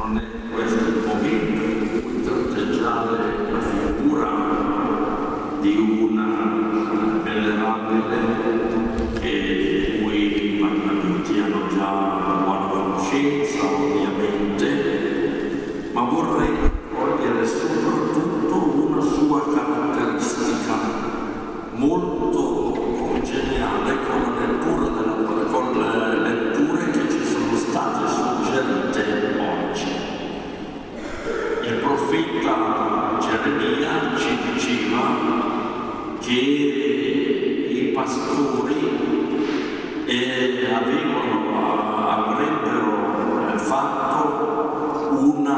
non è questo il momento in cui tratteggiare la figura di una venerabile di cui i parlamenti hanno già buona conoscenza, ovviamente, ma vorrei cogliere soprattutto una sua caratteristica molto congeniale con le letture che ci sono state suggerite oggi. Il profeta Geremia ci diceva che i pastori avrebbero fatto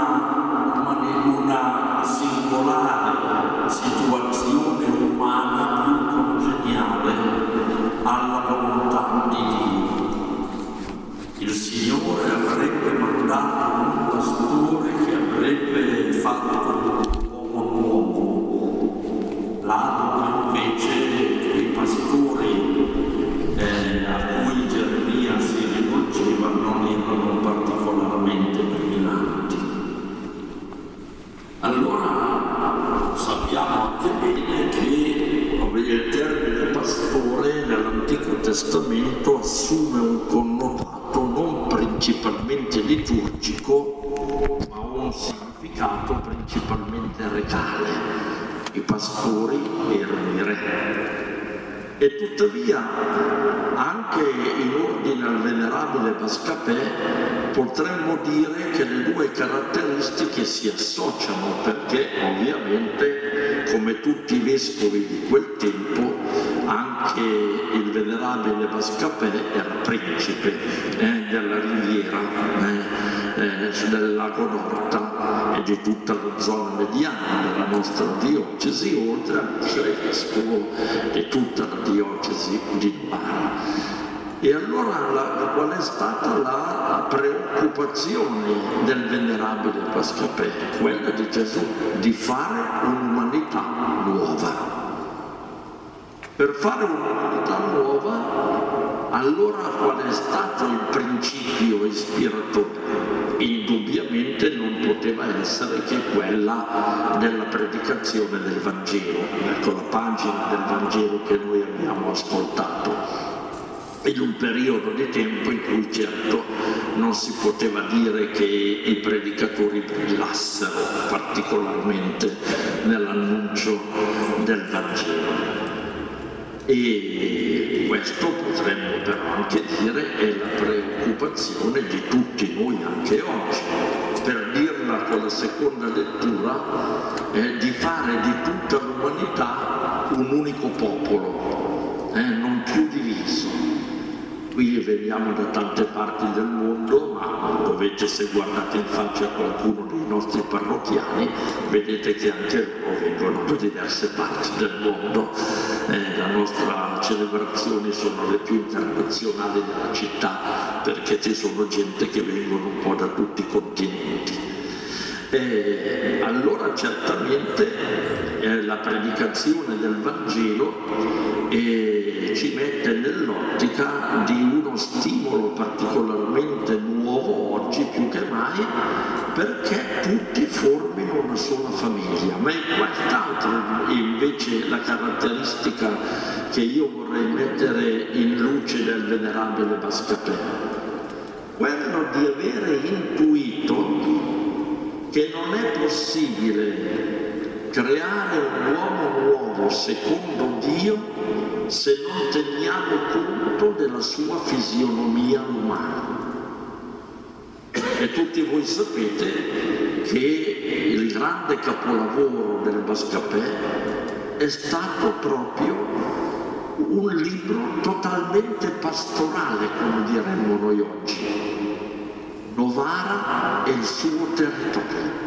una singolare situazione umana più congeniale alla volontà di Dio. Il Signore avrebbe mandato un pastore che avrebbe fatto l'uomo nuovo, là invece i pastori a cui Geremia si rivolgeva non erano particolarmente brillanti. Allora sappiamo anche bene che il termine pastore nell'Antico Testamento assume un connotato non principalmente liturgico, ma un significato principalmente regale. I pastori erano i re. E tuttavia, anche in ordine al venerabile Bascapè, potremmo dire che le due caratteristiche si associano, perché ovviamente, come tutti i vescovi di quel tempo, anche il venerabile Bascapè era principe della riviera, del lago Norta e di tutta la zona mediana della nostra diocesi, oltre ad essere vescovo di tutta la diocesi di Novara. E allora qual è stata la preoccupazione del venerabile Bascapè? Quella di Gesù, di fare un'umanità nuova. Per fare un'umanità nuova, allora qual è stato il principio ispiratore? Indubbiamente non poteva essere che quella della predicazione del Vangelo. Ecco la pagina del Vangelo che noi abbiamo ascoltato. In un periodo di tempo in cui certo non si poteva dire che i predicatori brillassero particolarmente nell'annuncio del Vangelo. E questo potremmo però anche dire è la preoccupazione di tutti noi anche oggi. Per dirla con la seconda lettura, di fare di tutta l'umanità un unico popolo, non più diviso. Qui veniamo da tante parti del mondo, ma dovete, se guardate in faccia qualcuno dei nostri parrocchiani, vedete che anche loro vengono da diverse parti del mondo. Le nostre celebrazioni sono le più internazionali della città, perché ci sono gente che vengono un po' da tutti i continenti. Allora certamente la predicazione del Vangelo ci mette nell'ottica di uno stimolo particolarmente nuovo oggi più che mai, perché tutti formino una sola famiglia. Ma è quest'altro invece la caratteristica che io vorrei mettere in luce del venerabile Bascapè, quello di avere intuito che non è possibile creare un uomo nuovo secondo Dio se non teniamo conto della sua fisionomia umana. E tutti voi sapete che il grande capolavoro del Bascapè è stato proprio un libro totalmente pastorale, come diremmo noi oggi. Novara e il suo territorio.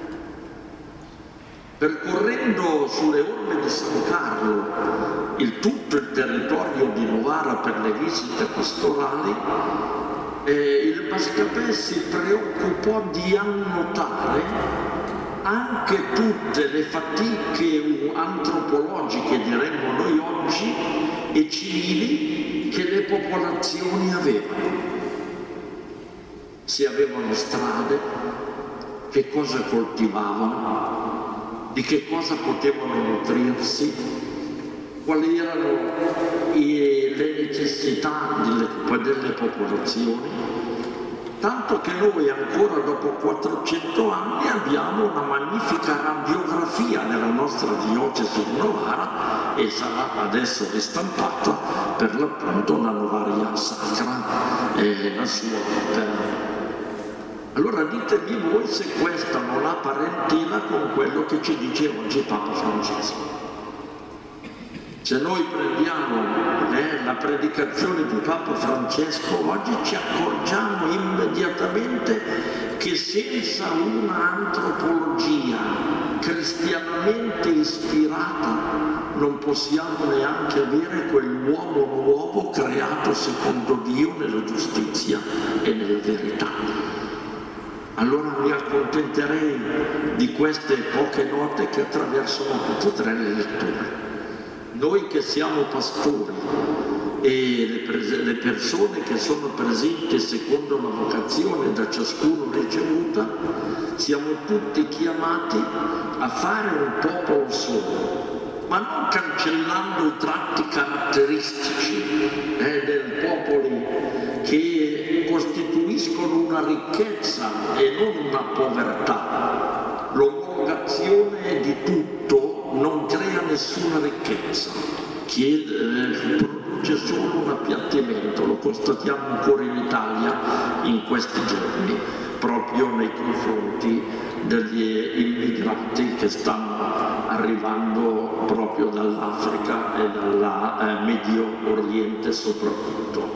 Percorrendo sulle orme di San Carlo tutto il territorio di Novara per le visite pastorali, il Bascapè si preoccupò di annotare anche tutte le fatiche antropologiche, diremmo noi oggi, e civili che le popolazioni avevano. se avevano strade, che cosa coltivavano, di che cosa potevano nutrirsi, quali erano le necessità delle popolazioni. Tanto che noi ancora dopo 400 anni abbiamo una magnifica radiografia nella nostra diocesi di Novara e sarà adesso ristampata per l'appunto la Novaria Sacra e la sua opera. Allora ditemi voi se questa non ha parentina con quello che ci dice oggi Papa Francesco. Se noi prendiamo la predicazione di Papa Francesco, oggi ci accorgiamo immediatamente che senza un'antropologia cristianamente ispirata non possiamo neanche avere quell'uomo nuovo creato secondo Dio nella giustizia e nella verità. Allora mi accontenterei di queste poche note che attraversano tutte e tre le letture. Noi che siamo pastori e le persone che sono presenti secondo la vocazione da ciascuno ricevuta, siamo tutti chiamati a fare un popolo solo, ma non cancellando i tratti caratteristici dei popoli che costituiscono una ricchezza e non una povertà. L'omologazione di tutto non crea nessuna ricchezza, produce solo un appiattimento, lo constatiamo ancora in Italia in questi giorni, proprio nei confronti degli immigrati che stanno arrivando proprio dall'Africa e dal Medio Oriente soprattutto.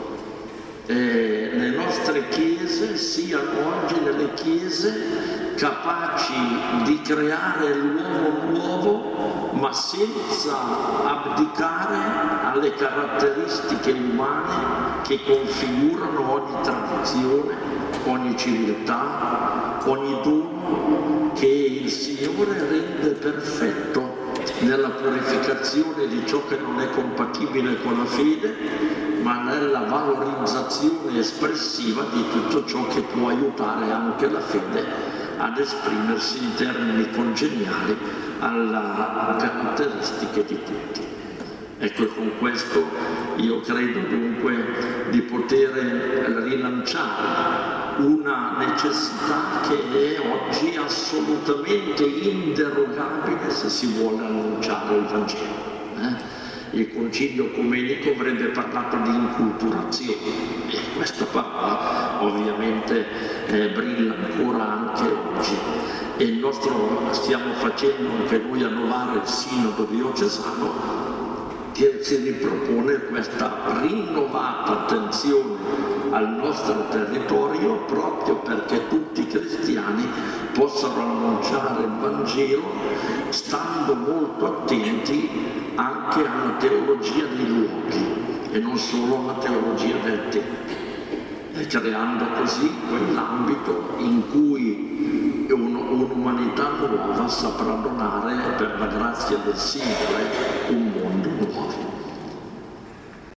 Le nostre chiese siano oggi delle chiese capaci di creare l'uomo nuovo, ma senza abdicare alle caratteristiche umane che configurano ogni tradizione, ogni civiltà, ogni dono che il Signore rende perfetto nella purificazione di ciò che non è compatibile con la fede, ma nella valorizzazione espressiva di tutto ciò che può aiutare anche la fede ad esprimersi in termini congeniali alle caratteristiche di tutti. Ecco, con questo io credo dunque di poter rilanciare una necessità che è oggi assolutamente inderogabile se si vuole annunciare il Vangelo. Il Concilio Ecumenico avrebbe parlato di inculturazione e questa parola ovviamente brilla ancora anche oggi e stiamo facendo anche noi a Novara il Sinodo diocesano che si ripropone questa rinnovata attenzione al nostro territorio proprio perché tutti i cristiani possano annunciare il Vangelo stando molto attenti anche alla teologia dei luoghi e non solo alla teologia del tempo, e creando così quell'ambito in cui un'umanità nuova saprà donare per la grazia del Signore un mondo nuovo.